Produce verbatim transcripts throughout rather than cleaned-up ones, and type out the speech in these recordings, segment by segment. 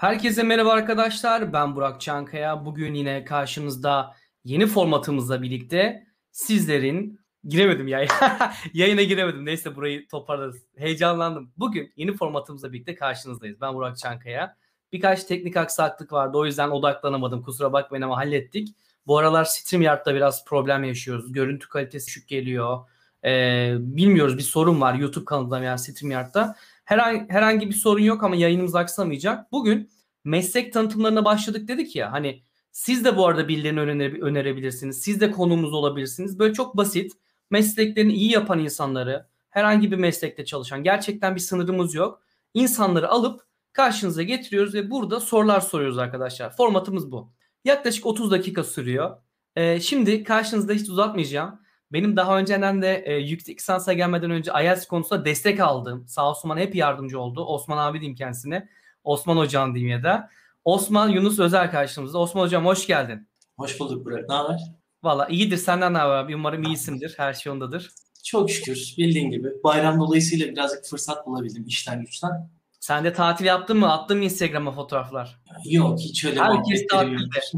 Herkese merhaba arkadaşlar. Ben Burak Çankaya. Bugün yine karşınızda yeni formatımızla birlikte sizlerin giremedim ya. Yayına giremedim. Neyse burayı toparlarız. Heyecanlandım. Bugün yeni formatımızla birlikte karşınızdayız. Ben Burak Çankaya. Birkaç teknik aksaklık vardı. O yüzden odaklanamadım. Kusura bakmayın ama hallettik. Bu aralar StreamYard'da biraz problem yaşıyoruz. Görüntü kalitesi düşük geliyor. Ee, bilmiyoruz, bir sorun var YouTube kanalında veya StreamYard'da. Herhangi, herhangi bir sorun yok ama yayınımız aksamayacak. Bugün meslek tanıtımlarına başladık dedik ya, hani siz de bu arada birilerini önere, önerebilirsiniz. Siz de konuğumuz olabilirsiniz. Böyle çok basit mesleklerini iyi yapan insanları, herhangi bir meslekte çalışan, gerçekten bir sınırımız yok, İnsanları alıp karşınıza getiriyoruz ve burada sorular soruyoruz arkadaşlar. Formatımız bu. Yaklaşık otuz dakika sürüyor. Ee, şimdi karşınızda hiç uzatmayacağım. Benim daha önceden de e, yüksek lisansa gelmeden önce I E L T S konusunda destek aldığım, sağ olsun bana hep yardımcı oldu. Osman abi diyeyim kendisine. Osman hocam diyeyim ya da. Osman Yunus Özel karşımızda. Osman hocam hoş geldin. Hoş bulduk Burak. Ne haber? Valla iyidir. Senden ne haber abi? Umarım iyisindir. Her şey yolundadır. Çok şükür. Bildiğin gibi. Bayram dolayısıyla birazcık fırsat bulabildim işten güçten. Sen de tatil yaptın mı? Attın mı Instagram'a fotoğraflar? Yok, hiç öyle Herkes muhabbetlerim yok. tatilde.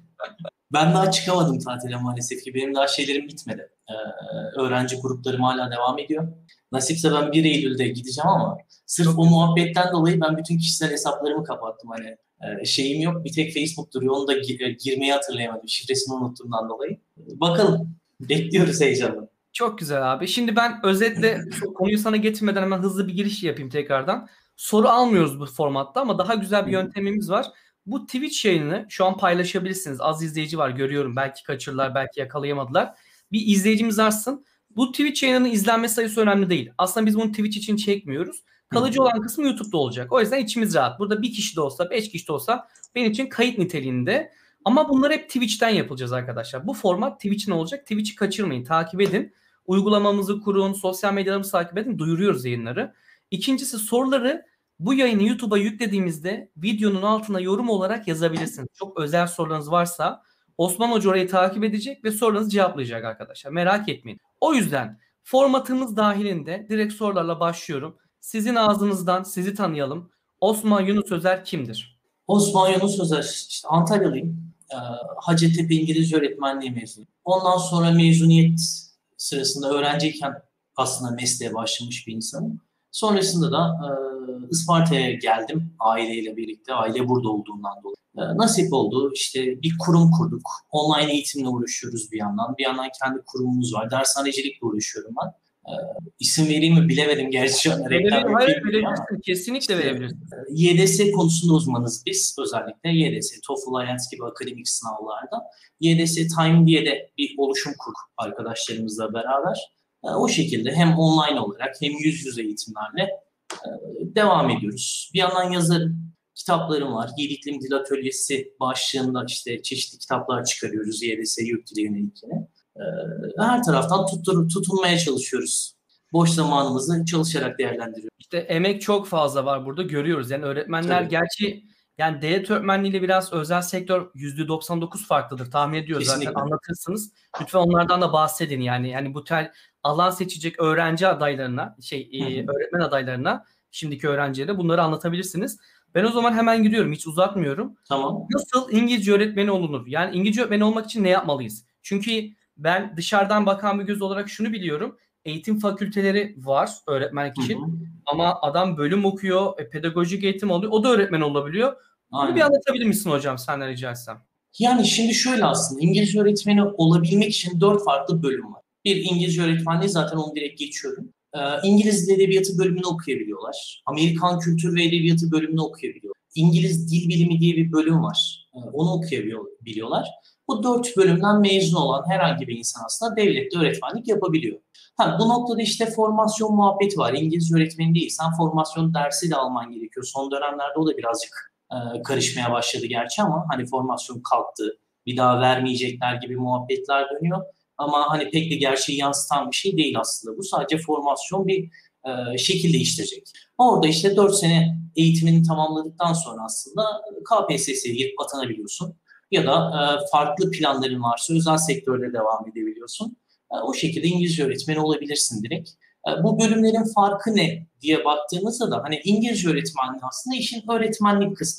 Ben daha çıkamadım tatile maalesef ki. Benim daha şeylerim bitmedi. Ee, öğrenci gruplarım hala devam ediyor. Nasipse ben bir Eylül'de gideceğim ama sırf Çok o güzel. muhabbetten dolayı ben bütün kişisel hesaplarımı kapattım. Hani e, şeyim yok. Bir tek Facebook duruyor. Onu da gi- girmeyi hatırlayamadım. Şifresini unuttuğumdan dolayı. Bakalım. Bekliyoruz heyecanla. Çok güzel abi. Şimdi ben özetle şu konuyu sana getirmeden hemen hızlı bir giriş yapayım tekrardan. Soru almıyoruz bu formatta ama daha güzel bir yöntemimiz var. Bu Twitch yayını şu an paylaşabilirsiniz. Az izleyici var görüyorum. Belki kaçırdılar, belki yakalayamadılar. Bir izleyicimiz artsın. Bu Twitch yayınının izlenme sayısı önemli değil. Aslında biz bunu Twitch için çekmiyoruz. Kalıcı olan kısmı YouTube'da olacak. O yüzden içimiz rahat. Burada bir kişi de olsa, beş kişi de olsa benim için kayıt niteliğinde. Ama bunlar hep Twitch'ten yapılacağız arkadaşlar. Bu format Twitch'in olacak. Twitch'i kaçırmayın, takip edin. Uygulamamızı kurun, sosyal medyalarımızı takip edin, duyuruyoruz yayınları. İkincisi, soruları bu yayını YouTube'a yüklediğimizde videonun altına yorum olarak yazabilirsiniz. Çok özel sorularınız varsa Osman Hoca orayı takip edecek ve sorularınızı cevaplayacak arkadaşlar. Merak etmeyin. O yüzden formatımız dahilinde direkt sorularla başlıyorum. Sizin ağzınızdan sizi tanıyalım. Osman Yunus Özer kimdir? Osman Yunus Özer, işte Antalyalıyım. Ee, Hacettepe İngilizce Öğretmenliği mezunuyum. Ondan sonra mezuniyet sırasında öğrenciyken aslında mesleğe başlamış bir insanım. Sonrasında da e, Isparta'ya geldim aileyle birlikte. Aile burada olduğundan dolayı. E, nasip oldu. İşte bir kurum kurduk. Online eğitimle uğraşıyoruz bir yandan. Bir yandan kendi kurumumuz var. Dershanecilikle uğraşıyorum ben. E, isim vereyim mi bilemedim. Gerçi şu an reklam Verebilirim. Hayır, yapayım diye ama. verebilirsin. Kesinlikle İşte verebilirsin. Y D S konusunda uzmanız biz. Özellikle Y D S, TOEFL, IELTS gibi akademik sınavlarda. Y D S Time diye de bir oluşum kurduk arkadaşlarımızla beraber. E, o şekilde hem online olarak hem yüz yüze eğitimlerle e, devam ediyoruz. Bir yandan yazarım, kitaplarım var. Yiğit İklim Dil Atölyesi başlığında işte çeşitli kitaplar çıkarıyoruz Y D S Yurt Dili yönelikine. E, her taraftan tuttur, tutunmaya çalışıyoruz. Boş zamanımızı çalışarak değerlendiriyoruz. İşte emek çok fazla var burada, görüyoruz. Yani öğretmenler, Tabii. gerçi yani devlet öğretmenliğiyle biraz özel sektör yüzde doksan dokuz farklıdır tahmin ediyoruz, zaten Kesinlikle. anlatırsınız. Lütfen onlardan da bahsedin yani. Yani bu tel alan seçecek öğrenci adaylarına, şey Hı e, hı. öğretmen adaylarına, şimdiki öğrencilere bunları anlatabilirsiniz. Ben o zaman hemen gidiyorum, hiç uzatmıyorum. Tamam. Nasıl İngilizce öğretmeni olunur? Yani İngilizce öğretmeni olmak için ne yapmalıyız? Çünkü ben dışarıdan bakan bir göz olarak şunu biliyorum. Eğitim fakülteleri var öğretmenlik Hı için. hı. Ama adam bölüm okuyor, e, pedagojik eğitim alıyor. O da öğretmen olabiliyor. Bunu bir Aynen. anlatabilir misin hocam, senden rica etsem? Yani şimdi şöyle aslında İngilizce öğretmeni olabilmek için dört farklı bölüm var. Bir İngilizce öğretmenliği zaten onu direkt geçiyorum. Ee, İngiliz Dil Edebiyatı bölümünü okuyabiliyorlar. Amerikan Kültür ve Edebiyatı bölümünü okuyabiliyorlar. İngiliz Dil Bilimi diye bir bölüm var. Ee, onu okuyabiliyorlar. Bu dört bölümden mezun olan herhangi bir insan aslında devlette öğretmenlik yapabiliyor. Ha, bu noktada işte formasyon muhabbeti var. İngilizce öğretmeni değilsen formasyon dersi de alman gerekiyor. Son dönemlerde o da birazcık e, karışmaya başladı gerçi ama hani formasyon kalktı, bir daha vermeyecekler gibi muhabbetler dönüyor. Ama hani pek de gerçeği yansıtan bir şey değil aslında. Bu sadece formasyon bir e, şekil değiştirecek. Orada işte dört sene eğitimini tamamladıktan sonra aslında K P S S'ye girip atanabiliyorsun. Ya da e, farklı planların varsa özel sektörde devam edebiliyorsun. E, o şekilde İngilizce öğretmeni olabilirsin direkt. E, bu bölümlerin farkı ne diye baktığımızda da hani İngilizce öğretmenliği aslında işin öğretmenlik kısmı.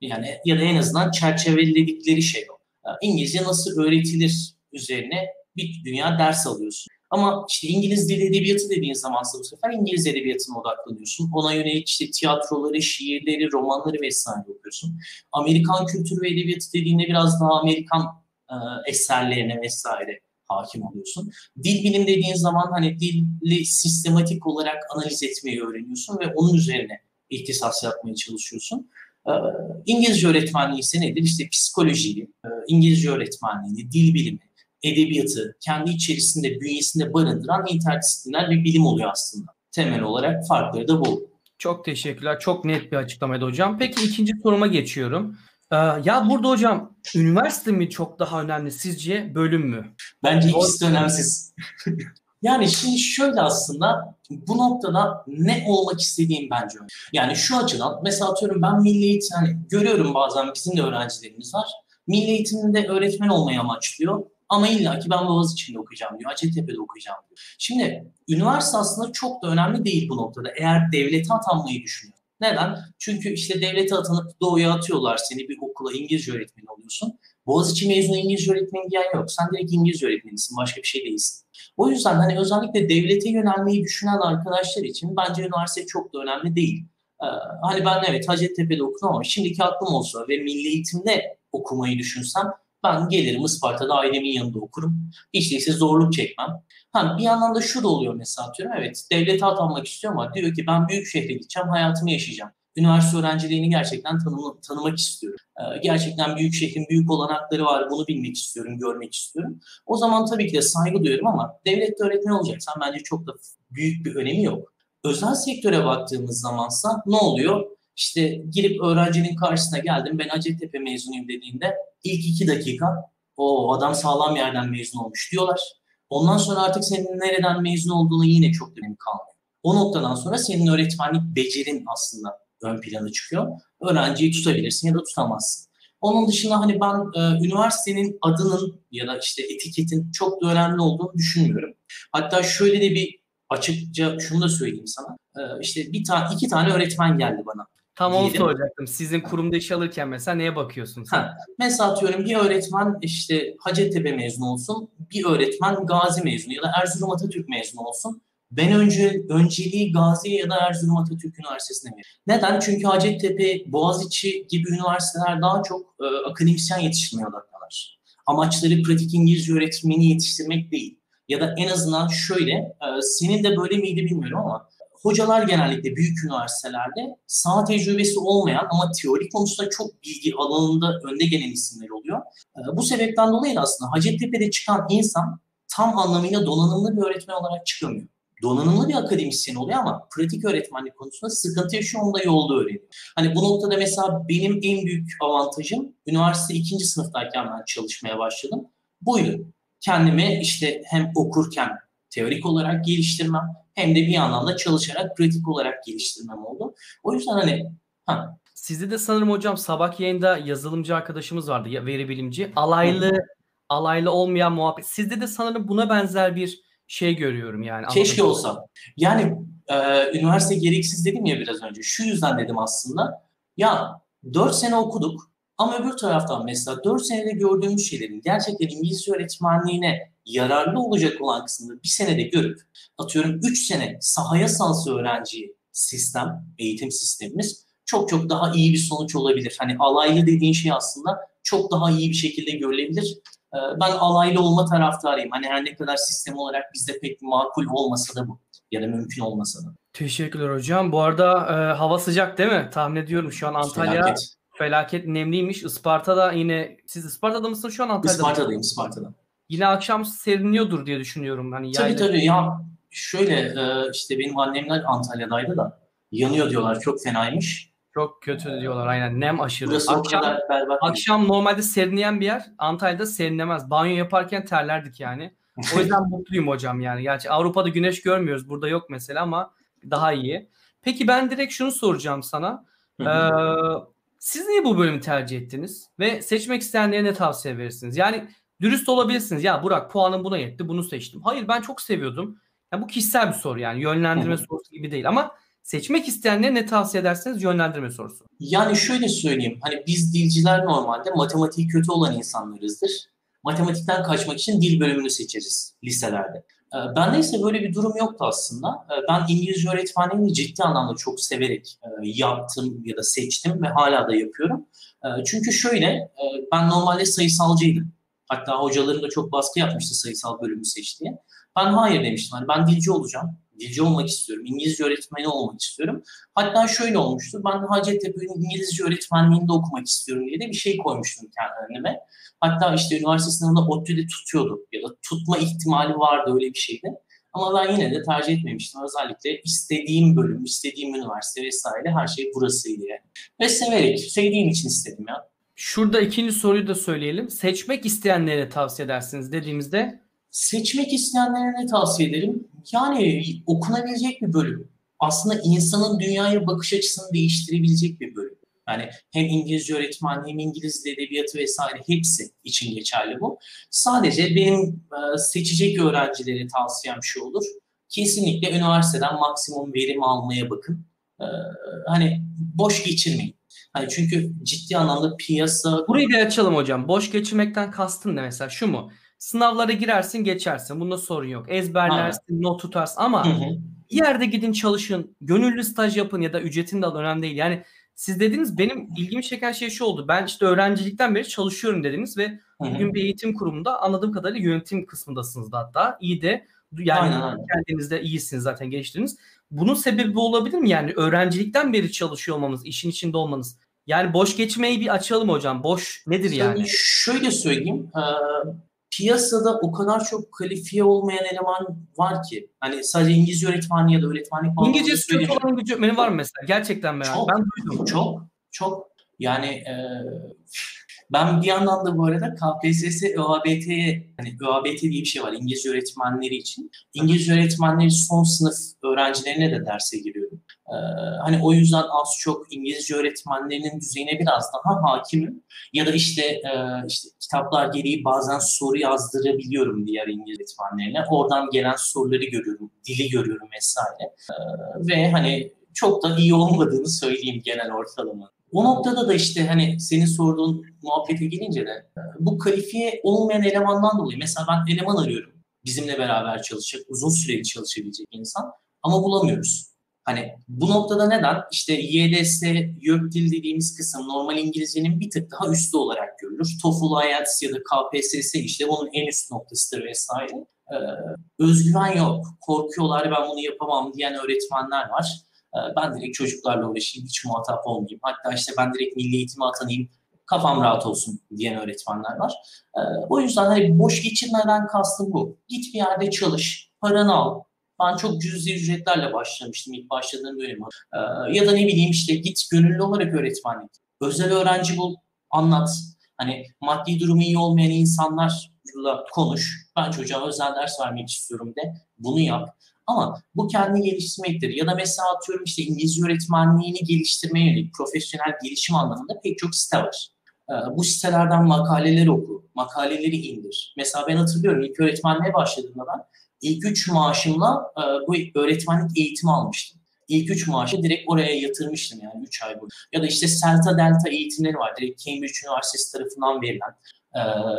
Yani ya da en azından çerçeveledikleri şey o. İngilizce nasıl öğretilir üzerine bir dünya ders alıyorsun. Ama işte İngiliz dili edebiyatı dediğin zamansa bu sefer İngiliz edebiyatına odaklanıyorsun. Ona yönelik işte tiyatroları, şiirleri, romanları vesaire okuyorsun. Amerikan kültürü ve edebiyatı dediğinde biraz daha Amerikan e, eserlerine vesaire hakim oluyorsun. Dil bilim dediğin zaman hani dili sistematik olarak analiz etmeyi öğreniyorsun ve onun üzerine ihtisas yapmaya çalışıyorsun. Ee, İngilizce öğretmenliği ise nedir? İşte psikolojiyi, e, İngilizce öğretmenliğini, dil bilimi, edebiyatı kendi içerisinde, bünyesinde barındıran interdisipliner bir bilim oluyor aslında. Temel olarak farkları da bu. Çok teşekkürler. Çok net bir açıklamaydı hocam. Peki ikinci soruma geçiyorum. Ee, ya burada hocam üniversite mi çok daha önemli sizce, bölüm mü? Bence ikisi de önemsiz. Yani şimdi şöyle aslında bu noktada ne olmak istediğim bence önemli. Yani şu açıdan mesela atıyorum ben milli eğitim hani görüyorum bazen bizim de öğrencilerimiz var. Milli eğitimde öğretmen olmayı amaçlıyor. Ama illa ki ben Boğaziçi'nde okuyacağım diyor. Hacettepe'de okuyacağım diyor. Şimdi üniversite aslında çok da önemli değil bu noktada. Eğer devlete atanmayı düşünüyor. Neden? Çünkü işte devlete atanıp doğuya atıyorlar seni bir okula İngilizce öğretmeni oluyorsun. Boğaziçi mezunu İngilizce öğretmeni diyen yok. Sen direkt İngilizce öğretmenisin. Başka bir şey değilsin. O yüzden hani özellikle devlete yönelmeyi düşünen arkadaşlar için bence üniversite çok da önemli değil. Ee, hani ben evet Hacettepe'de okudum ama şimdiki aklım olsa ve milli eğitimde okumayı düşünsem ben gelirim Isparta'da ailemin yanında okurum. Hiç değilse zorluk çekmem. Ha, bir yandan da şu da oluyor mesela atıyorum. Evet devlete atanmak istiyor ama diyor ki ben büyük şehre gideceğim, hayatımı yaşayacağım. Üniversite öğrenciliğini gerçekten tanım, tanımak istiyorum. Ee, gerçekten büyük şehrin büyük olanakları var. Bunu bilmek istiyorum, görmek istiyorum. O zaman tabii ki de saygı duyuyorum ama devlette öğretmen olacaksan bence çok da büyük bir önemi yok. Özel sektöre baktığımız zamansa ne oluyor? İşte girip öğrencinin karşısına geldim ben Hacettepe mezunuyum dediğinde ilk iki dakika o adam sağlam yerden mezun olmuş diyorlar. Ondan sonra artık senin nereden mezun olduğunu yine çok önemi kalmıyor. O noktadan sonra senin öğretmenlik becerin aslında ön plana çıkıyor. Öğrenciyi tutabilirsin ya da tutamazsın. Onun dışında hani ben e, üniversitenin adının ya da işte etiketin çok da önemli olduğunu düşünmüyorum. Hatta şöyle de bir açıkça şunu da söyleyeyim sana. E, işte bir tane iki tane öğretmen geldi bana. Tam onu Diyelim. soracaktım. Sizin kurumda iş alırken mesela neye bakıyorsun sen? Ha, mesela atıyorum bir öğretmen işte Hacettepe mezunu olsun, bir öğretmen Gazi mezunu ya da Erzurum Atatürk mezunu olsun. Ben önce önceliği Gazi ya da Erzurum Atatürk Üniversitesi'ne veririm. Neden? Çünkü Hacettepe, Boğaziçi gibi üniversiteler daha çok e, akademisyen yetiştirmeye odaklanır. Amaçları pratik İngilizce öğretmeni yetiştirmek değil. Ya da en azından şöyle, e, senin de böyle miydi bilmiyorum ama hocalar genellikle büyük üniversitelerde saha tecrübesi olmayan ama teorik konusunda çok bilgi alanında önde gelen isimler oluyor. Bu sebepten dolayı da aslında Hacettepe'de çıkan insan tam anlamıyla donanımlı bir öğretmen olarak çıkamıyor. Donanımlı bir akademisyen oluyor ama pratik öğretmenlik konusunda sıkıntı yaşıyor, onu da yolda öğreniyor. Hani bu noktada mesela benim en büyük avantajım üniversite ikinci sınıftayken ben çalışmaya başladım. Buydu. Kendimi işte hem okurken teorik olarak geliştirmem hem de bir yandan da çalışarak pratik olarak geliştirmem oldu. O yüzden hani ha. Sizde de sanırım hocam sabah yayında yazılımcı arkadaşımız vardı ya, veri bilimci. Alaylı Hı. alaylı olmayan muhabbet. Sizde de sanırım buna benzer bir şey görüyorum yani. Keşke olsa. Yani e, üniversite gereksiz dedim ya biraz önce. Şu yüzden dedim aslında. Ya dört sene okuduk ama öbür taraftan mesela dört senede gördüğümüz şeylerin gerçekten İngilizce öğretmenliğine yararlı olacak olan kısmını bir senede görüp atıyorum üç sene sahaya salsa öğrenciyi sistem, eğitim sistemimiz çok çok daha iyi bir sonuç olabilir. Hani alaylı dediğin şey aslında çok daha iyi bir şekilde görülebilir. Ben alaylı olma taraftarıyım. Hani her ne kadar sistem olarak bizde pek makul olmasa da bu ya da mümkün olmasa da. Teşekkürler hocam. Bu arada e, hava sıcak değil mi? Tahmin ediyorum şu an Antalya felaket, felaket nemliymiş. Isparta'da yine siz Isparta'da mısınız şu an Antalya'da? Isparta'dayım, Isparta'da. Yine akşam serinliyordur diye düşünüyorum. Hani tabii yayla... tabii ya şöyle işte benim annemler Antalya'daydı da yanıyor diyorlar, çok fenaymış. Çok kötü diyorlar aynen, nem aşırı. Burası akşam, o kadar berbat akşam değil. Normalde serinleyen bir yer, Antalya'da serinlemez. Banyo yaparken terlerdik yani. O yüzden mutluyum hocam yani. Gerçi Avrupa'da güneş görmüyoruz, burada yok mesela ama daha iyi. Peki ben direkt şunu soracağım sana. Ee, siz niye bu bölümü tercih ettiniz? Ve seçmek isteyenlere ne tavsiye verirsiniz? Yani dürüst olabilirsiniz. Ya Burak puanım buna yetti, bunu seçtim. Hayır ben çok seviyordum. Yani bu kişisel bir soru yani, yönlendirme sorusu gibi değil ama Seçmek isteyenlere ne tavsiye edersiniz? Yönlendirme sorusu. Yani şöyle söyleyeyim. Hani biz dilciler normalde matematiği kötü olan insanlarızdır. Matematikten kaçmak için dil bölümünü seçeriz liselerde. Ee, Bende ise böyle bir durum yoktu aslında. Ee, Ben İngilizce öğretmenliğini ciddi anlamda çok severek e, yaptım ya da seçtim ve hala da yapıyorum. Ee, Çünkü şöyle, e, ben normalde sayısalcıydım. Hatta hocalarım da çok baskı yapmıştı sayısal bölümü seç diye. Ben hayır demiştim. Hani ben dilci olacağım. Dilci olmak istiyorum. İngilizce öğretmeni olmak istiyorum. Hatta şöyle olmuştu. Ben Hacettepe İngilizce öğretmenliğinde okumak istiyorum diye de bir şey koymuştum kendime. Hatta işte üniversite sınavında ODTÜ'de tutuyordu ya da tutma ihtimali vardı, öyle bir şeydi. Ama ben yine de tercih etmemiştim. Özellikle istediğim bölüm, istediğim üniversite vesaire her şey burasıydı yani. Ve severek, sevdiğim için istedim ya. Şurada ikinci soruyu da söyleyelim. Seçmek isteyenlere tavsiye edersiniz dediğimizde Seçmek isteyenlere ne tavsiye ederim? Yani okunabilecek bir bölüm. Aslında insanın dünyaya bakış açısını değiştirebilecek bir bölüm. Yani hem İngilizce öğretmenliği hem İngiliz Dil Edebiyatı vesaire hepsi için geçerli bu. Sadece benim e, seçecek öğrencilere tavsiyem şu olur. Kesinlikle üniversiteden maksimum verim almaya bakın. E, Hani boş geçirmeyin. Hani çünkü ciddi anlamda piyasa... burayı bir açalım hocam. Boş geçirmekten kastın ne mesela? Şu mu? Sınavlara girersin geçersin. Bunda sorun yok. Aynen. Ezberlersin, not tutarsın Hı ama hı. bir yerde gidin çalışın. Gönüllü staj yapın ya da ücretini de alın, önemli değil. Yani siz dediniz, benim ilgimi çeken şey şu oldu. Ben işte öğrencilikten beri çalışıyorum dediniz ve Hı hı. bugün bir eğitim kurumunda anladığım kadarıyla yönetim kısmındasınız da hatta. İyi de yani Aynen aynen. kendiniz de iyisiniz zaten, geliştirdiniz. Bunun sebebi bu olabilir mi? Yani öğrencilikten beri çalışıyor olmanız, işin içinde olmanız. Yani boş geçmeyi bir açalım hocam. Boş nedir Tabii yani? şöyle söyleyeyim. e, Piyasada o kadar çok kalifiye olmayan eleman var ki. Hani sadece İngilizce öğretmenliği ya da öğretmenlik bağlamında İngilizcesi kötü söylemiyorum. olan İngilizce öğretmeni var mı mesela? Gerçekten merak. Çok, Ben duydum. çok, çok. Yani e, ben bir yandan da bu arada K P S S ÖABT'ye, hani ÖABT diye bir şey var İngilizce öğretmenleri için. Hı hı. İngilizce öğretmenleri son sınıf öğrencilerine de derse giriyorum. Ee, Hani o yüzden az çok İngilizce öğretmenlerinin düzeyine biraz daha hakimim. Ya da işte e, işte kitaplar gereği bazen soru yazdırabiliyorum diğer İngilizce öğretmenlerine. Oradan gelen soruları görüyorum, dili görüyorum vesaire. Ve hani çok da iyi olmadığını söyleyeyim genel ortalama. O noktada da işte hani senin sorduğun muhabbete gelince de e, bu kalifiye olmayan elemandan dolayı mesela ben eleman arıyorum. Bizimle beraber çalışacak, uzun süreli çalışabilecek insan ama bulamıyoruz. Hani bu noktada neden? İşte Y D S, YÖKDİL dediğimiz kısım normal İngilizcenin bir tık daha üstü olarak görülür. TOEFL, I E L T S ya da K P S S işte onun en üst noktasıdır vesaire. Ee, Özgüven yok, korkuyorlar ben bunu yapamam diyen öğretmenler var. Ee, Ben direkt çocuklarla uğraşayım, hiç muhatap olmayayım. Hatta işte ben direkt milli eğitime atanayım, kafam rahat olsun diyen öğretmenler var. Ee, O yüzden hani boş geçirmeden kastım bu. Git bir yerde çalış, paranı al. Ben çok cüzi ücretlerle başlamıştım ilk başladığım dönem. Ee, Ya da ne bileyim işte git gönüllü olarak öğretmenlik. Özel öğrenci bul, anlat. Hani maddi durumu iyi olmayan insanlarla konuş. Ben çocuğa özel ders vermek istiyorum de. Bunu yap. Ama bu kendini geliştirmektir. Ya da mesela atıyorum işte İngilizce öğretmenliğini geliştirmeye yönelik profesyonel gelişim anlamında pek çok site var. Ee, Bu sitelerden makaleler oku, makaleleri indir. Mesela ben hatırlıyorum ilk öğretmenliğe başladığımda ben ilk üç maaşımla e, bu öğretmenlik eğitimi almıştım. İlk üç maaşı direkt oraya yatırmıştım yani üç ay boyunca. Ya da işte Celta Delta eğitimleri var. Direkt Cambridge Üniversitesi tarafından verilen e,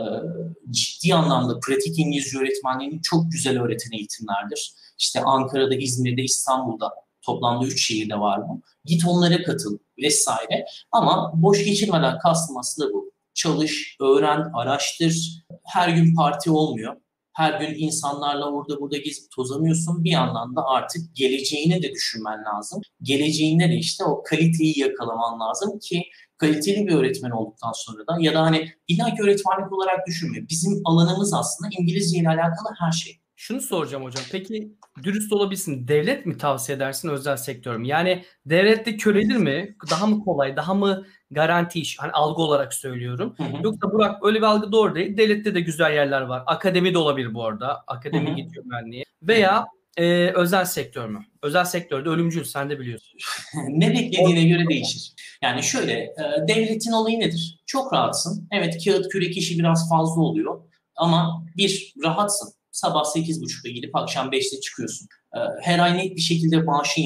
ciddi anlamda pratik İngilizce öğretmenliğini çok güzel öğreten eğitimlerdir. İşte Ankara'da, İzmir'de, İstanbul'da toplamda üç şehirde var bu. Git onlara katıl vesaire. Ama boş geçirmeden kastım aslında bu. Çalış, öğren, araştır. Her gün parti olmuyor. Her gün insanlarla orada burada gezip tozamıyorsun. Bir yandan da artık geleceğini de düşünmen lazım. Geleceğinde de işte o kaliteyi yakalaman lazım ki kaliteli bir öğretmen olduktan sonra da ya da hani illa ki öğretmenlik olarak düşünme. Bizim alanımız aslında İngilizce ile alakalı her şey. Şunu soracağım hocam. Peki dürüst olabilsin. Devlet mi tavsiye edersin, özel sektör mü? Yani devlette köledir mi? Daha mı kolay? Daha mı garanti iş? Hani algı olarak söylüyorum. Hı hı, Yoksa Burak, öyle bir algı doğru değil. Devlette de güzel yerler var. Akademi de olabilir bu arada. hı Akademi hı, gidiyor mühendisliğe. hı hı. Veya e, özel sektör mü? Özel sektörde ölümcül. Sen de biliyorsun. Ne beklediğine göre değişir. Yani şöyle, e, devletin olayı nedir? Çok rahatsın. Evet, kağıt kürek işi biraz fazla oluyor. Ama bir, rahatsın. Sabah sekiz buçukta gidip akşam beşte çıkıyorsun. E, Her ay net bir şekilde maaşın yatıyor.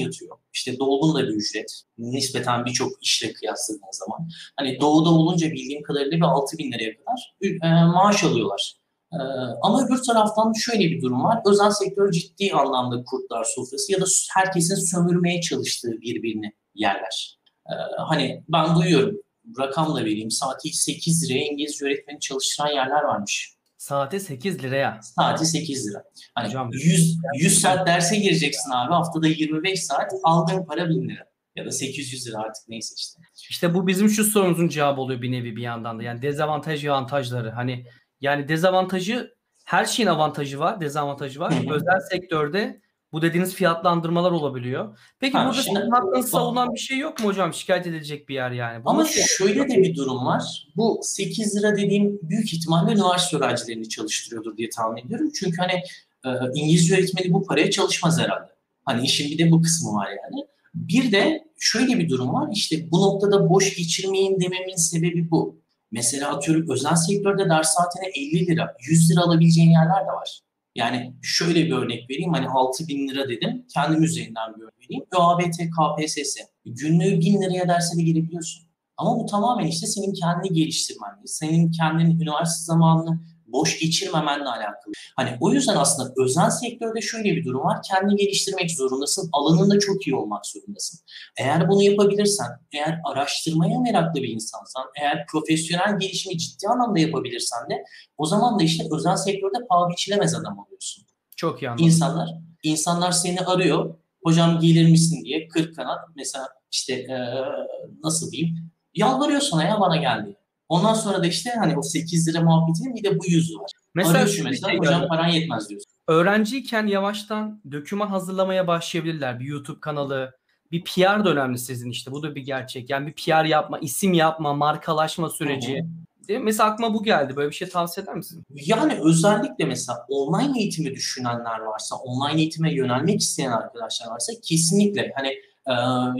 işte dolgun da bir ücret. Nispeten birçok işle kıyasladığın zaman. Hani doğuda olunca bildiğim kadarıyla bir altı bin liraya kadar e, maaş alıyorlar. E, ama öbür taraftan şöyle bir durum var. Özel sektör ciddi anlamda kurtlar sofrası ya da herkesin sömürmeye çalıştığı birbirini yerler. E, hani ben duyuyorum, rakam da vereyim. Saati sekiz liraya İngilizce öğretmeni çalıştıran yerler varmış. Saati sekiz liraya. Saati sekiz lira. Hani Hocam, yüz, yüz saat derse gireceksin abi. Haftada yirmi beş saat, aldığın para bin lira. Ya da sekiz yüz lira, artık neyse işte. İşte bu bizim şu sorumuzun cevabı oluyor bir nevi bir yandan da. Yani dezavantaj ve avantajları. Hani yani dezavantajı, her şeyin avantajı var, dezavantajı var. Hı hı. Özel sektörde bu dediğiniz fiyatlandırmalar olabiliyor. Peki Ha, burada şimdi, sizin hakkınızı savunan bir şey yok mu hocam? Şikayet edilecek bir yer yani. Bu ama nasıl şöyle de bir durum var. Bu sekiz lira dediğim büyük ihtimalle üniversite öğrencilerini çalıştırıyordur diye tahmin ediyorum. Çünkü hani e, İngilizce öğretmeni bu paraya çalışmaz herhalde. Hani işin bir de bu kısmı var yani. Bir de şöyle bir durum var. İşte bu noktada boş geçirmeyin dememin sebebi bu. Mesela atıyorum özel sektörde ders saatine elli lira, yüz lira alabileceğin yerler de var. Yani şöyle bir örnek vereyim. Hani altı bin lira dedim. Kendim üzerinden bir örnek vereyim. ÖABT, K P S S. Günlüğü bin liraya derse de girebiliyorsun. Ama bu tamamen işte senin kendini geliştirmenle, senin kendini üniversite zamanını boş geçirmemenle alakalı. Hani o yüzden aslında özel sektörde şöyle bir durum var. Kendini geliştirmek zorundasın. Alanında çok iyi olmak zorundasın. Eğer bunu yapabilirsen, eğer araştırmaya meraklı bir insansan, eğer profesyonel gelişimi ciddi anlamda yapabilirsen de o zaman da işte özel sektörde paha biçilemez adam oluyorsun. Çok iyi anladım. İnsanlar, insanlar seni arıyor. Hocam gelir misin diye kırk kanat mesela işte ee, nasıl diyeyim, yalvarıyor sana ya bana geldi. Ondan sonra da işte hani o sekiz lira muhabbetinin bir de bu yüzü var. Mesela Arıyorsun şu bir mesela, şey hocam geldi. paran yetmez diyorsun. Öğrenciyken yavaştan doküman hazırlamaya başlayabilirler. Bir YouTube kanalı, bir P R da önemli sizin işte. Bu da bir gerçek. Yani bir P R yapma, isim yapma, markalaşma süreci. Hı hı. Değil mi? Mesela aklıma bu geldi. Böyle bir şey tavsiye eder misin? Yani özellikle mesela online eğitimi düşünenler varsa, online eğitime yönelmek isteyen arkadaşlar varsa kesinlikle hani e,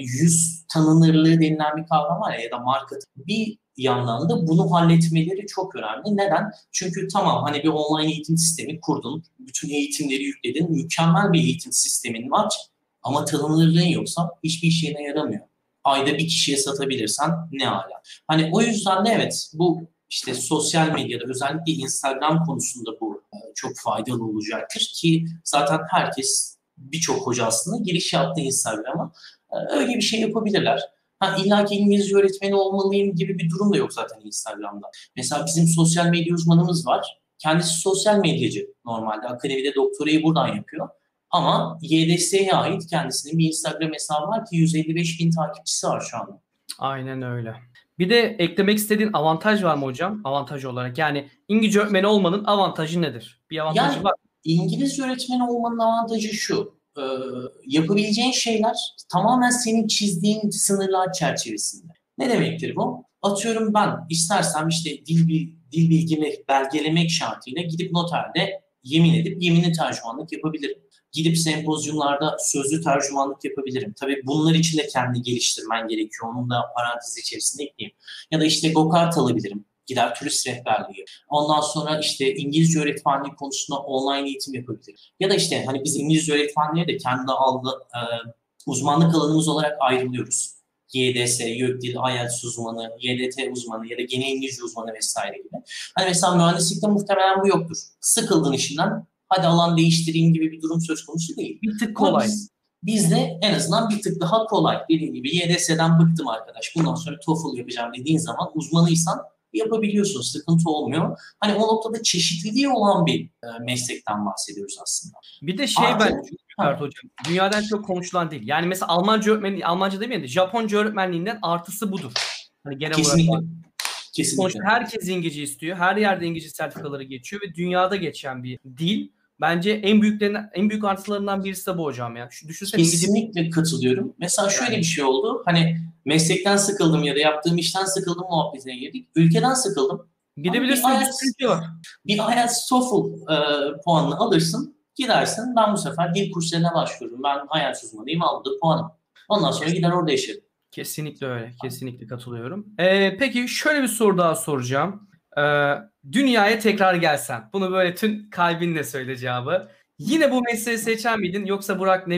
yüz tanınırlığı denilen bir kavram var ya, ya da marka. Bir yandan da bunu halletmeleri çok önemli. Neden? Çünkü tamam hani bir online eğitim sistemi kurdun, bütün eğitimleri yükledin, mükemmel bir eğitim sistemin var ama tanınırlığın yoksa hiçbir işine yaramıyor. Ayda bir kişiye satabilirsen ne ala. Hani o yüzden de evet, bu işte sosyal medyada özellikle Instagram konusunda bu e, çok faydalı olacaktır ki zaten herkes, birçok hoca aslında giriş yaptı Instagram'a. E, öyle bir şey yapabilirler. Ha, illa ki İngilizce öğretmeni olmalıyım gibi bir durum da yok zaten Instagram'da. Mesela bizim sosyal medya uzmanımız var. Kendisi sosyal medyacı normalde. Akademide doktorayı buradan yapıyor. Ama Y D S'ye ait kendisinin bir Instagram hesabı var ki yüz elli beş bin takipçisi var şu anda. Aynen öyle. Bir de eklemek istediğin avantaj var mı hocam? Avantaj olarak. Yani İngilizce öğretmeni olmanın avantajı nedir? Bir avantajı Yani var. İngilizce öğretmeni olmanın avantajı şu. E, yapabileceğin şeyler tamamen senin çizdiğin sınırlar çerçevesinde. Ne demektir bu? Atıyorum ben istersem işte dil, bil, dil bilgimi belgelemek şartıyla gidip noterde yemin edip yeminli tercümanlık yapabilirim. Gidip sempozyumlarda sözlü tercümanlık yapabilirim. Tabii bunlar için de kendini geliştirmen gerekiyor. Onun da parantez içerisinde ekleyeyim. Ya da işte go-kart alabilirim. Gider turist rehberliği. Ondan sonra işte İngilizce öğretmenliği konusunda online eğitim yapabilir. Ya da işte hani biz İngilizce öğretmenliğe de kendi aldı, e, uzmanlık alanımız olarak ayrılıyoruz. Y D S, YÖKDİL, I E L T S uzmanı, Y D T uzmanı ya da genel İngilizce uzmanı vesaire gibi. Hani mesela mühendislikte muhtemelen bu yoktur. Sıkıldın işinden, hadi alan değiştireyim gibi bir durum söz konusu değil. Bir tık Ama kolay. biz, bizde en azından bir tık daha kolay. Dediğim gibi Y D S'den bıktım arkadaş, bundan sonra TOEFL yapacağım dediğin zaman uzmanıysan yapabiliyorsun, sıkıntı olmuyor. Hani o noktada çeşitliliği olan bir e, meslekten bahsediyoruz aslında. Bir de şey Artı, bence çok yukarıda hocam. Dünyadan çok konuşulan değil. Yani mesela Almanca öğretmeni, Almanca demeyelim de Japonca öğretmenliğinden artısı budur. Hani genel olarak kesinlikle, sonuçta kesinlikle. herkes İngilizce istiyor. Her yerde İngilizce sertifikaları geçiyor ve dünyada geçen bir dil. Bence en büyüklerinden, en büyük artılarından birisi de bu hocam ya. Şu düşünsene İngilizce. Kesinlikle katılıyorum. Mesela şöyle bir şey oldu. Hani meslekten sıkıldım ya da yaptığım işten sıkıldım muhabbetine girdik. Ülkeden sıkıldım. Gidebilirsin, bir sürü ülke var. Bir I E L T S TOEFL e, puanını alırsın. Gidersin. Ben bu sefer dil kurslarına başvururum. Ben I E L T S uzmanıyım, aldım puanım. Ondan sonra gider orada yaşarım. Kesinlikle öyle. Kesinlikle katılıyorum. Ee, peki şöyle bir soru daha soracağım. Ee, dünyaya tekrar gelsen. Bunu böyle tüm kalbinle söyle cevabı. Yine bu mesleği seçer miydin? Yoksa Burak ne bileyim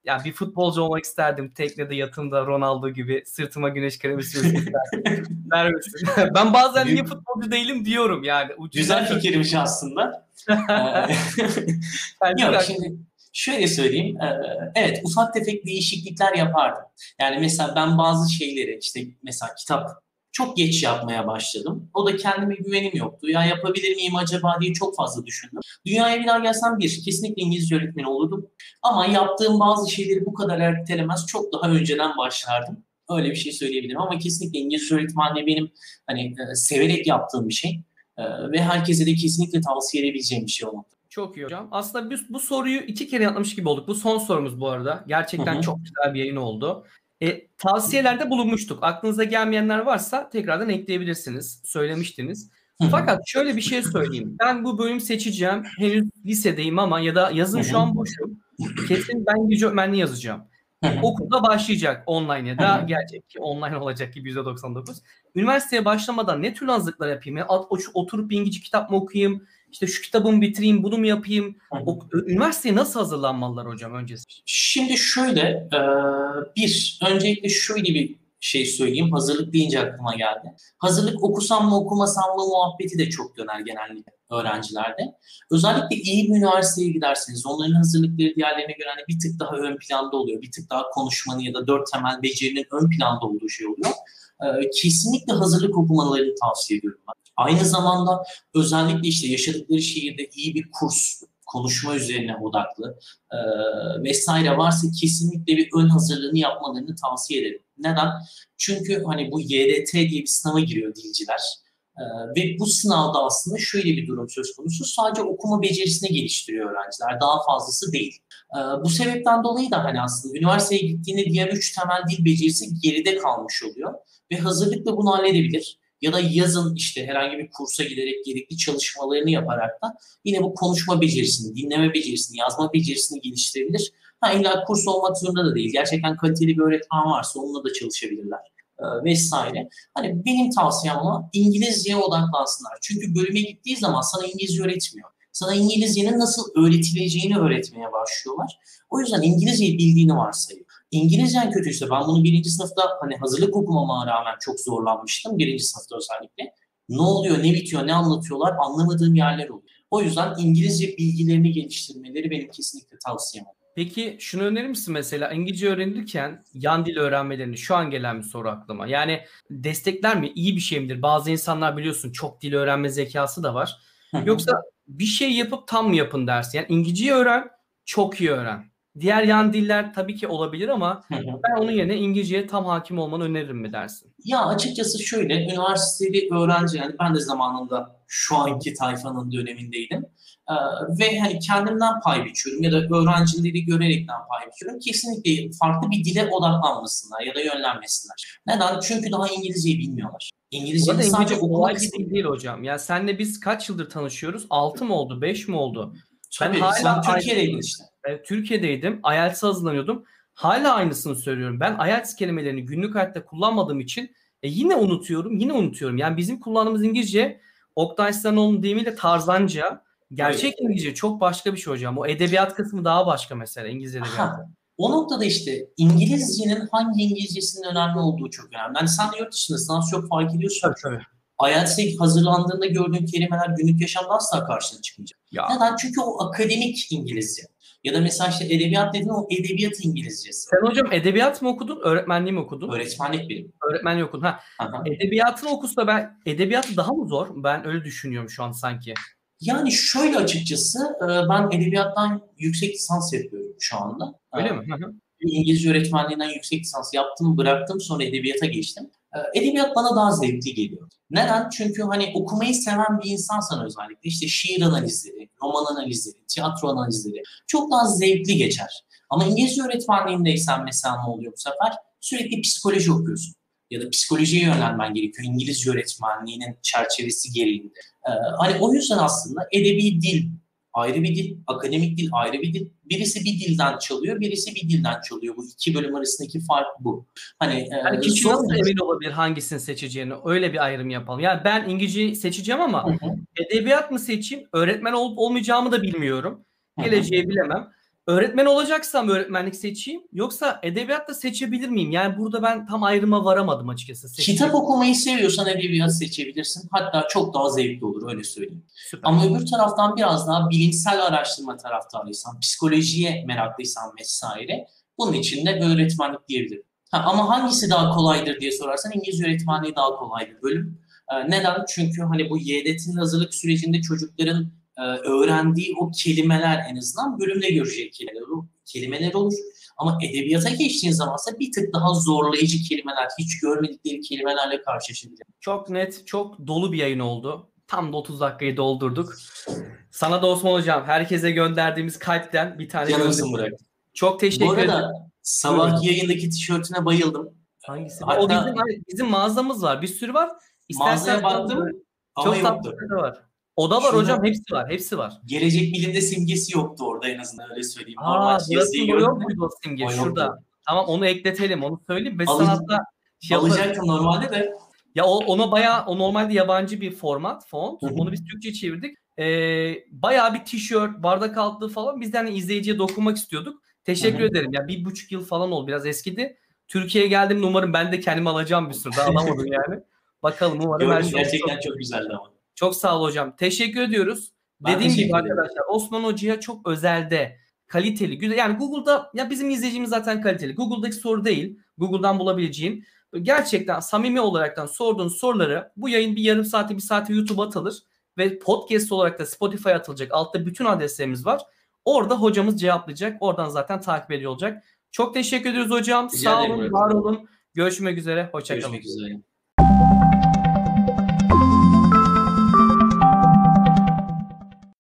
Ya bir futbolcu olmak isterdim. Teknede yatımda Ronaldo gibi sırtıma güneş kremi sürsün isterdim. Der misin? Ben bazen niye futbolcu değilim diyorum yani. Güzel fikirmiş aslında. Yok şimdi şöyle söyleyeyim. Evet, ufak tefek değişiklikler yapardım. Yani mesela ben bazı şeyleri işte mesela kitap çok geç yapmaya başladım. O da kendime güvenim yoktu. Ya yapabilir miyim acaba diye çok fazla düşündüm. Dünyaya bir daha gelsem bir, kesinlikle İngilizce öğretmeni olurdum. Ama yaptığım bazı şeyleri bu kadar ertelemez, çok daha önceden başlardım. Öyle bir şey söyleyebilirim ama kesinlikle İngilizce öğretmenliği benim hani severek yaptığım bir şey. Ve herkese de kesinlikle tavsiye edebileceğim bir şey olmalı. Çok iyi hocam. Aslında biz bu soruyu iki kere yanıtlamış gibi olduk. Bu son sorumuz bu arada. Gerçekten hı hı. Çok güzel bir yayın oldu. E, tavsiyelerde bulunmuştuk. Aklınıza gelmeyenler varsa tekrardan ekleyebilirsiniz. Söylemiştiniz. Hı hı. Fakat şöyle bir şey söyleyeyim. Ben bu bölüm seçeceğim. Henüz lisedeyim ama ya da yazın hı hı. şu an boşum. Kesin ben İngilizce öğretmenliği yazacağım. Hı hı. Okulda başlayacak online ya da gerçek ki online olacak gibi yüzde doksan dokuz. Üniversiteye başlamadan ne tür hazırlıklar yapayım? Yani oturup bir İngilizce kitap mı okuyayım? İşte şu kitabımı bitireyim, bunu mu yapayım? O, üniversiteye nasıl hazırlanmalılar hocam öncesi? Şimdi şöyle, bir, öncelikle şöyle bir şey söyleyeyim. Hazırlık deyince aklıma geldi. Hazırlık okusam mı okumasam mı muhabbeti de çok döner genellikle öğrencilerde. Özellikle iyi bir üniversiteye giderseniz onların hazırlıkları diğerlerine göre hani bir tık daha ön planda oluyor. Bir tık daha konuşmanın ya da dört temel becerinin ön planda olduğu şey oluyor. Kesinlikle hazırlık okumalarını tavsiye ediyorum ben. Aynı zamanda özellikle işte yaşadıkları şehirde iyi bir kurs, konuşma üzerine odaklı e, vesaire varsa kesinlikle bir ön hazırlığını yapmalarını tavsiye ederim. Neden? Çünkü hani bu Y D T diye bir sınava giriyor dilciler. E, ve bu sınavda aslında şöyle bir durum söz konusu. Sadece okuma becerisini geliştiriyor öğrenciler. Daha fazlası değil. E, bu sebepten dolayı da hani aslında üniversiteye gittiğinde diğer üç temel dil becerisi geride kalmış oluyor. Ve hazırlıkla bunu halledebilir. Ya da yazın işte herhangi bir kursa giderek gerekli çalışmalarını yaparak da yine bu konuşma becerisini, dinleme becerisini, yazma becerisini geliştirebilir. Ha illa kurs olmak zorunda da değil. Gerçekten kaliteli bir öğretmen varsa onunla da çalışabilirler e, vesaire. Hani benim tavsiyem ama İngilizceye odaklansınlar. Çünkü bölüme gittiği zaman sana İngilizce öğretmiyor. Sana İngilizcenin nasıl öğretileceğini öğretmeye başlıyorlar. O yüzden İngilizceyi bildiğini varsayın. İngilizcen kötüyse ben bunu birinci sınıfta hani hazırlık okumama rağmen çok zorlanmıştım. Birinci sınıfta özellikle. Ne oluyor, ne bitiyor, ne anlatıyorlar anlamadığım yerler oluyor. O yüzden İngilizce bilgilerini geliştirmeleri benim kesinlikle tavsiyem. Peki şunu önerir misin mesela İngilizce öğrenirken yan dil öğrenmelerini şu an gelen bir soru aklıma. Yani destekler mi? İyi bir şey midir? Bazı insanlar biliyorsun çok dil öğrenme zekası da var. Yoksa bir şey yapıp tam mı yapın dersin? Yani İngilizceyi öğren, çok iyi öğren. Diğer yan diller tabii ki olabilir ama hı hı. ben onun yerine İngilizceye tam hakim olmanı öneririm mi dersin? Ya açıkçası şöyle, üniversiteli öğrenci yani ben de zamanında şu anki tayfanın dönemindeydim. Ee, ve hani kendimden pay biçiyorum ya da öğrencileri görerekten pay biçiyorum. Kesinlikle farklı bir dile odaklanmasınlar ya da yönlenmesinler. Neden? Çünkü daha İngilizceyi bilmiyorlar. İngilizceyi sadece okumak değil, değil hocam. Ya senle biz kaç yıldır tanışıyoruz? altı mı oldu? beş mi oldu? Tabii, ben hala sen Türkiye'deydin işte. Evet, Türkiye'deydim. I E L T S'e hazırlanıyordum. Hala aynısını söylüyorum. Ben I E L T S kelimelerini günlük hayatta kullanmadığım için e, yine unutuyorum, yine unutuyorum. Yani bizim kullandığımız İngilizce, Oktay Sinoğlu'nun deyimiyle tarzanca, gerçek evet. İngilizce çok başka bir şey hocam. O edebiyat kısmı daha başka mesela İngiliz edebiyatı. O noktada işte İngilizcenin hangi İngilizcesinin önemli olduğu çok önemli. Yani sen de yurt dışındasın, az çok fark ediyorsun. Tabii tabii. I E L T S'e hazırlandığında gördüğün kelimeler günlük yaşamda asla karşına çıkmayacak. Ya. Neden? Çünkü o akademik İngilizce. Ya da mesela işte edebiyat dediğin o edebiyat İngilizcesi. Sen hocam edebiyat mı okudun, öğretmenliği mi okudun? Öğretmenlik benim. Öğretmenliği okudun. Ha. Aha. Edebiyatını okusa ben, edebiyatı daha mı zor? Ben öyle düşünüyorum şu an sanki. Yani şöyle açıkçası ben edebiyattan yüksek lisans yapıyorum şu anda. Öyle mi? Hı hı. İngilizce öğretmenliğinden yüksek lisans yaptım, bıraktım, sonra edebiyata geçtim. Edebiyat bana daha zevkli geliyor. Neden? Çünkü hani okumayı seven bir insansan özellikle işte şiir analizleri, roman analizleri, tiyatro analizleri çok daha zevkli geçer. Ama İngilizce öğretmenliğindeysen mesela ne oluyor bu sefer? Sürekli psikoloji okuyorsun. Ya da psikolojiye yönelmen gerekiyor İngilizce öğretmenliğinin çerçevesi gereğinde. Ee, hani o yüzden aslında edebi dil ayrı bir dil, akademik dil ayrı bir dil. Birisi bir dilden çalıyor, birisi bir dilden çalıyor. Bu iki bölüm arasındaki fark bu. Hani yani kişi nasıl sonra... emin olabilir hangisini seçeceğini? Öyle bir ayrım yapalım. Yani ben İngilizceyi seçeceğim ama hı hı. edebiyat mı seçeyim? Öğretmen olup olmayacağımı da bilmiyorum. Geleceği hı hı. bilemem. öğretmen olacaksam öğretmenlik seçeyim yoksa edebiyat da seçebilir miyim? Yani burada ben tam ayrıma varamadım açıkçası. Seçecek. Kitap okumayı seviyorsan edebiyat seçebilirsin. Hatta çok daha zevkli olur, öyle söyleyeyim. Süper. Ama öbür taraftan biraz daha bilimsel araştırma taraftarıysan, psikolojiye meraklıysan vesaire, bunun için de öğretmenlik diyebilirim. Ha, ama hangisi daha kolaydır diye sorarsan İngilizce öğretmenliği daha kolay bir bölüm. Ee, neden? Çünkü hani bu Y D T'nin hazırlık sürecinde çocukların e, öğrendiği o kelimeler en azından bölümde göreceği kelimeler olur. Kelimeler olur. Ama edebiyata geçtiğin zamansa bir tık daha zorlayıcı kelimeler, hiç görmedikleri kelimelerle karşılaşabilir. Çok net, çok dolu bir yayın oldu. Tam da otuz dakikayı doldurduk. Sana da Osman Hocam, herkese gönderdiğimiz kalpten bir tane Canımsın Burak. Çok teşekkür ederim. Bu arada sabah yayındaki tişörtüne bayıldım. Hangisi? Hatta, o bizim, bizim mağazamız var. Bir sürü var. İstersen mağazaya baktım ama çok yoktu. tatlı var. O da var Şuna, hocam. Hepsi var. Hepsi var. Gelecek bilimde simgesi yoktu orada, en azından öyle söyleyeyim. Aa, Normal yazıyı gördüm. Yok muydu o simge? O Şurada. yoktu. Tamam, onu ekletelim. Onu söyleyeyim. Ve Alın, sanatta şey alacaktım normalde de. Ya o, ona bayağı, o normalde yabancı bir format, font. Hı hı. Onu biz Türkçe çevirdik. Ee, bayağı bir tişört, bardak altlığı falan. Biz de hani izleyiciye dokunmak istiyorduk. Teşekkür Hı-hı. ederim. Ya bir buçuk yıl falan oldu. Biraz eskidi. Türkiye'ye geldim, umarım ben de kendimi alacağım bir sürü. Daha alamadım yani. Bakalım umarım. Gördüm, gerçekten çok, çok güzeldi ama. Çok sağ ol hocam. Teşekkür ediyoruz. Ben Dediğim gibi ederim. arkadaşlar, Osman Hoca'ya çok özelde, kaliteli, güzel. Yani Google'da, ya bizim izleyicimiz zaten kaliteli. Google'daki soru değil. Google'dan bulabileceğin. Gerçekten samimi olaraktan sorduğun soruları, bu yayın bir yarım saate bir saate YouTube'a atılır. Ve podcast olarak da Spotify'a atılacak. Altta bütün adreslerimiz var. Orada hocamız cevaplayacak. Oradan zaten takip ediyor olacak. Çok teşekkür ediyoruz hocam. Rica Sağ ederim, olun, evet. var olun. Görüşmek üzere. Hoşça kalın. Görüşmek üzere.